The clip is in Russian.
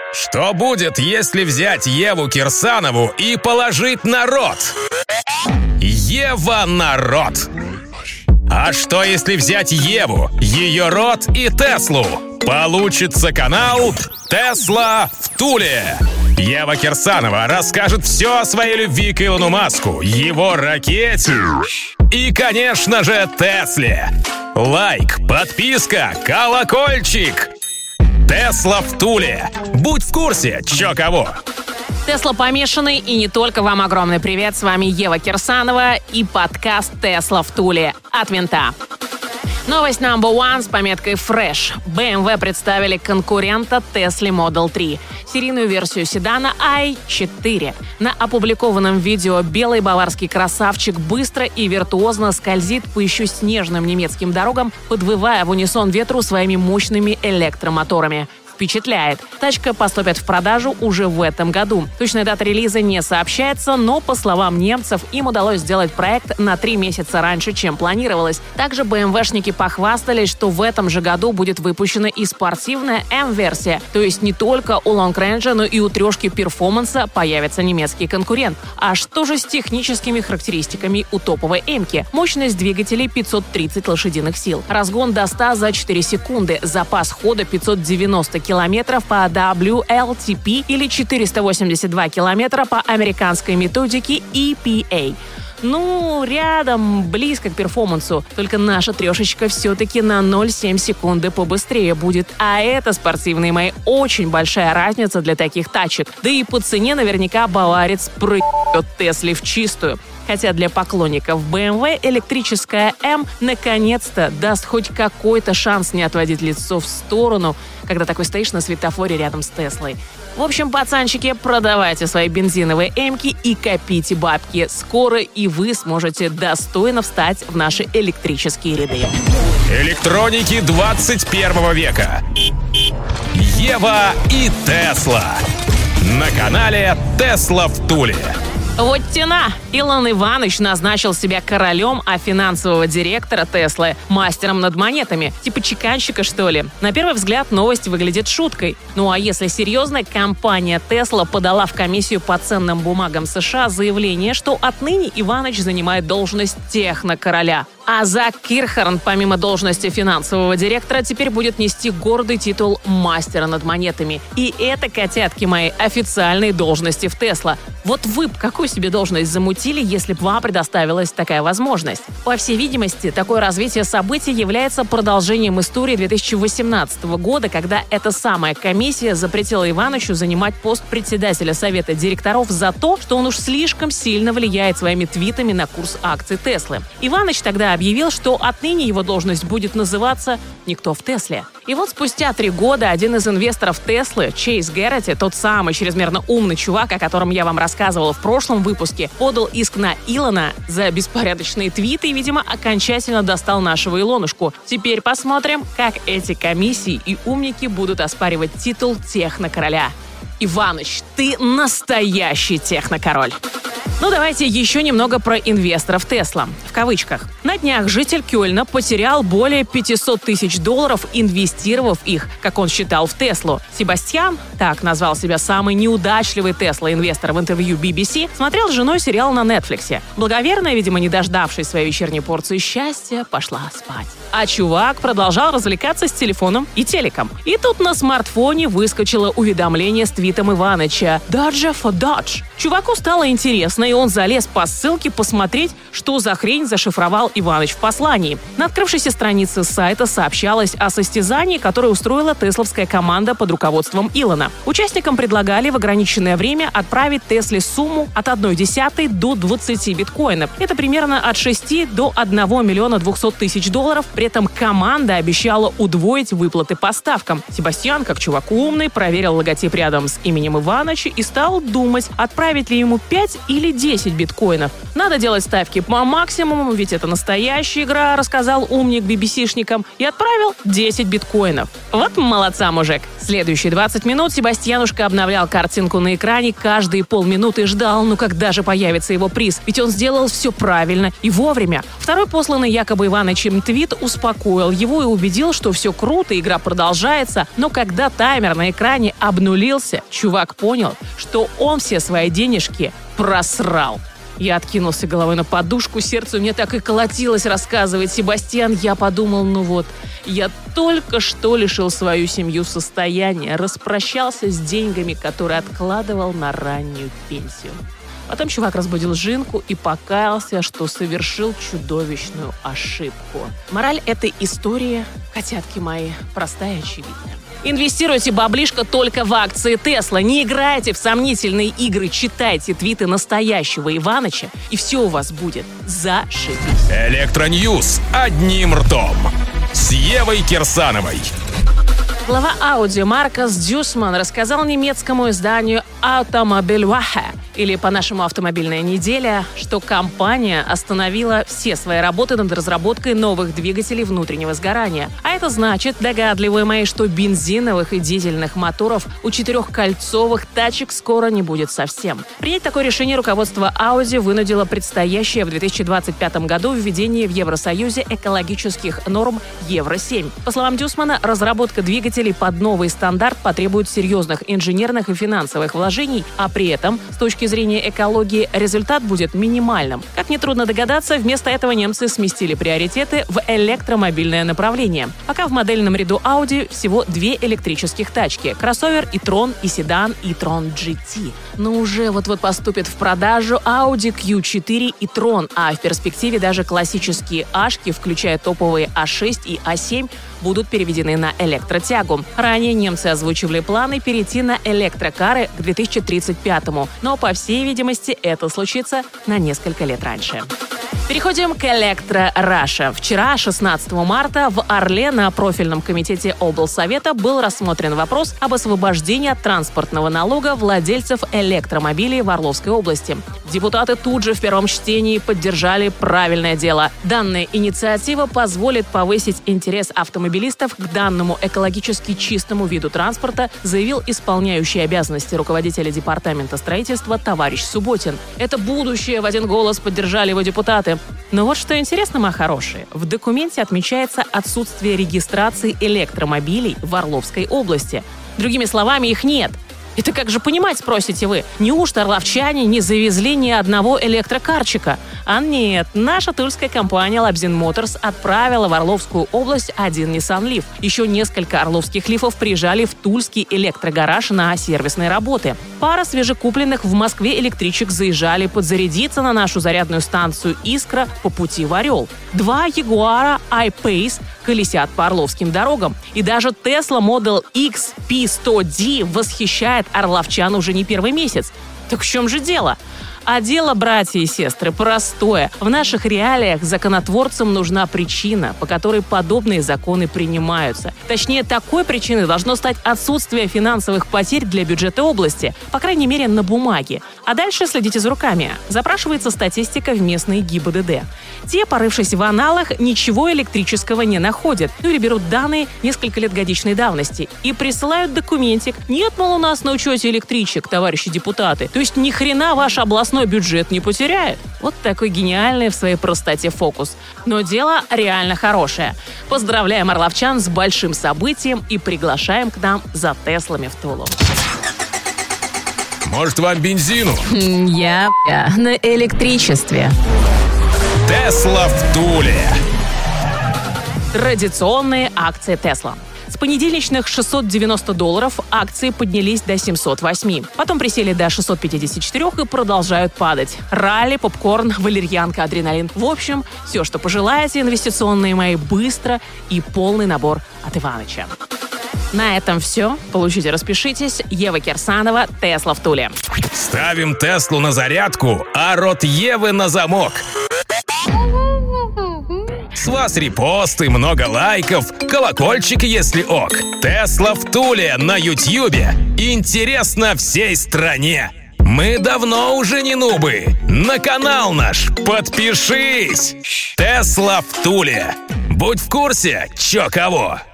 Что будет, если взять Еву Кирсанову и положить на рот? Ева на рот. А что, если взять Еву, ее рот и Теслу? Получится канал «Тесла в Туле». Ева Кирсанова расскажет все о своей любви к Илону Маску, его ракете и, конечно же, Тесле. Лайк, подписка, колокольчик. Тесла в Туле. Будь в курсе, чё кого. Тесла помешанный, и не только вам огромный привет. С вами Ева Кирсанова и подкаст «Тесла в Туле» от Винта. Новость number one с пометкой «Fresh». BMW представили конкурента Tesla Model 3, серийную версию седана i4. На опубликованном видео белый баварский красавчик быстро и виртуозно скользит по еще снежным немецким дорогам, подвывая в унисон ветру своими мощными электромоторами. Впечатляет. Тачка поступит в продажу уже в этом году. Точная дата релиза не сообщается, но, по словам немцев, им удалось сделать проект на 3 месяца раньше, чем планировалось. Также BMW-шники похвастались, что в этом же году будет выпущена и спортивная M-версия. То есть не только у лонг-рейнджа, но и у трешки перформанса появится немецкий конкурент. А что же с техническими характеристиками у топовой M-ки? Мощность двигателей 530 лошадиных сил. Разгон до 100 за 4 секунды. Запас хода 590 километров по WLTP или 482 километра по американской методике EPA. Ну, рядом, близко к перформансу. Только наша трешечка все-таки на 0,7 секунды побыстрее будет. А это, спортивные мои, очень большая разница для таких тачек. Да и по цене наверняка баварец прыгнет Тесле в чистую. Хотя для поклонников BMW электрическая M наконец-то даст хоть какой-то шанс не отводить лицо в сторону, когда такой стоишь на светофоре рядом с Теслой. В общем, пацанчики, продавайте свои бензиновые М-ки и копите бабки. Скоро и вы сможете достойно встать в наши электрические ряды. Электроники 21 века. Ева и Тесла. На канале «Тесла в Туле». Вот тена! Илон Иванович назначил себя королем, а финансового директора Теслы – мастером над монетами. Типа чеканщика, что ли? На первый взгляд новость выглядит шуткой. Ну а если серьезно, компания Tesla подала в комиссию по ценным бумагам США заявление, что отныне Иванович занимает должность технокороля. А Зак Кирхорн, помимо должности финансового директора, теперь будет нести гордый титул мастера над монетами. И это, котятки мои, официальные должности в Тесла. Вот вы б какую себе должность замутили, если бы вам предоставилась такая возможность? По всей видимости, такое развитие событий является продолжением истории 2018 года, когда эта самая комиссия запретила Ивановичу занимать пост председателя совета директоров за то, что он уж слишком сильно влияет своими твитами на курс акций Теслы. Иванович тогда объявил, что отныне его должность будет называться «Никто в Тесле». И вот спустя 3 года один из инвесторов Теслы, Чейз Геррити, тот самый чрезмерно умный чувак, о котором я вам рассказывала в прошлом выпуске, подал иск на Илона за беспорядочные твиты и, видимо, окончательно достал нашего Илонушку. Теперь посмотрим, как эти комиссии и умники будут оспаривать титул технокороля. Иваныч, ты настоящий технокороль. Ну, давайте еще немного про инвесторов Тесла. В кавычках. На днях житель Кёльна потерял более $500 тысяч, инвестировав их, как он считал, в Теслу. Себастьян, так назвал себя самый неудачливый Тесла-инвестор в интервью BBC, смотрел с женой сериал на Netflix. Благоверная, видимо, не дождавшись своей вечерней порции счастья, пошла спать. А чувак продолжал развлекаться с телефоном и телеком. И тут на смартфоне выскочило уведомление с твитом Иваныча «Dodge for Dodge». Чуваку стало интересно, и он залез по ссылке посмотреть, что за хрень зашифровал Иваныч в послании. На открывшейся странице сайта сообщалось о состязании, которое устроила тесловская команда под руководством Илона. Участникам предлагали в ограниченное время отправить Тесле сумму от 0,1 до 20 биткоинов. Это примерно от 6 до 1 миллиона 200 тысяч долларов. При этом команда обещала удвоить выплаты поставкам. Себастьян, как чувак умный, проверил логотип рядом с именем Иваныча и стал думать, отправить ли ему 5 или 10 биткоинов. Надо делать ставки по максимуму, ведь это настоящая игра, рассказал умник BBC-шникам, и отправил 10 биткоинов. Вот молодца, мужик. Следующие 20 минут Себастьянушка обновлял картинку на экране каждые полминуты и ждал, когда же появится его приз, ведь он сделал все правильно и вовремя. Второй посланный якобы Иванычем твит успокоил его и убедил, что все круто, игра продолжается, но когда таймер на экране обнулился, чувак понял, что он все свои денежки просрал. Я откинулся головой на подушку, сердце у меня так и колотилось, рассказывает Себастьян. Я подумал, я только что лишил свою семью состояния, распрощался с деньгами, которые откладывал на раннюю пенсию. Потом чувак разбудил Жинку и покаялся, что совершил чудовищную ошибку. Мораль этой истории, котятки мои, простая и очевидная. Инвестируйте баблишко только в акции Тесла. Не играйте в сомнительные игры, читайте твиты настоящего Иваныча, и все у вас будет зашибись. Электроньюз одним ртом с Евой Кирсановой. Глава Audi Маркос Дюсман рассказал немецкому изданию Automobilwoche, или по-нашему «Автомобильная неделя», что компания остановила все свои работы над разработкой новых двигателей внутреннего сгорания. А это значит, догадливые мои, что бензиновых и дизельных моторов у четырехкольцовых тачек скоро не будет совсем. Принять такое решение руководство Audi вынудило предстоящее в 2025 году введение в Евросоюзе экологических норм Евро-7. По словам Дюсмана, разработка двигателей под новый стандарт потребует серьезных инженерных и финансовых вложений, а при этом, с точки зрения экологии, результат будет минимальным. Как нетрудно догадаться, вместо этого немцы сместили приоритеты в электромобильное направление. Пока в модельном ряду Audi всего 2 электрических тачки – кроссовер e-tron и седан e-tron GT. Но уже вот-вот поступит в продажу Audi Q4 e-tron, а в перспективе даже классические ашки, включая топовые A6 и A7, будут переведены на электротягу. Ранее немцы озвучивали планы перейти на электрокары к 2035-му, но, по всей видимости, это случится на несколько лет раньше. Переходим к Электро Раша. Вчера, 16 марта, в Орле на профильном комитете облсовета был рассмотрен вопрос об освобождении от транспортного налога владельцев электромобилей в Орловской области. Депутаты тут же в первом чтении поддержали правильное дело. Данная инициатива позволит повысить интерес автомобилистов к данному экологически чистому виду транспорта, заявил исполняющий обязанности руководителя департамента строительства товарищ Субботин. Это будущее, в один голос поддержали его депутаты. Но вот что интересно, мои хорошие, в документе отмечается отсутствие регистрации электромобилей в Орловской области. Другими словами, их нет. Это как же понимать, спросите вы? Неужто орловчане не завезли ни одного электрокарчика? А нет, наша тульская компания Labzin Motors отправила в Орловскую область один Nissan Leaf. Еще несколько орловских лифов приезжали в тульский электрогараж на сервисные работы. Пара свежекупленных в Москве электричек заезжали подзарядиться на нашу зарядную станцию «Искра» по пути в Орел. 2 Jaguar I-Pace колесят по орловским дорогам. И даже Tesla Model X P100D восхищает орловчан уже не первый месяц. Так в чем же дело? А дело, братья и сестры, простое. В наших реалиях законотворцам нужна причина, по которой подобные законы принимаются. Точнее, такой причиной должно стать отсутствие финансовых потерь для бюджета области, по крайней мере, на бумаге. А дальше следите за руками. Запрашивается статистика в местные ГИБДД. Те, порывшись в аналах, ничего электрического не находят. Или берут данные несколько лет годичной давности и присылают документик. Нет, мол, у нас на учете электричек, товарищи депутаты. То есть ни хрена ваш областной бюджет не потеряет. Вот такой гениальный в своей простоте фокус. Но дело реально хорошее. Поздравляем орловчан с большим событием и приглашаем к нам за Теслами в Тулу. Может, вам бензину? Я на электричестве. Тесла в Туле. Традиционные акции Тесла. С понедельничных $690 акции поднялись до 708. Потом присели до 654 и продолжают падать. Ралли, попкорн, валерьянка, адреналин. В общем, все, что пожелаете, инвестиционные мои, быстро и полный набор от Иваныча. На этом все. Получите, распишитесь. Ева Кирсанова, Тесла в Туле. Ставим Теслу на зарядку, а рот Евы на замок. С вас репосты, много лайков, колокольчик, если ок. Тесла в Туле на Ютьюбе. Интересно всей стране. Мы давно уже не нубы. На канал наш подпишись. Тесла в Туле. Будь в курсе, чё кого.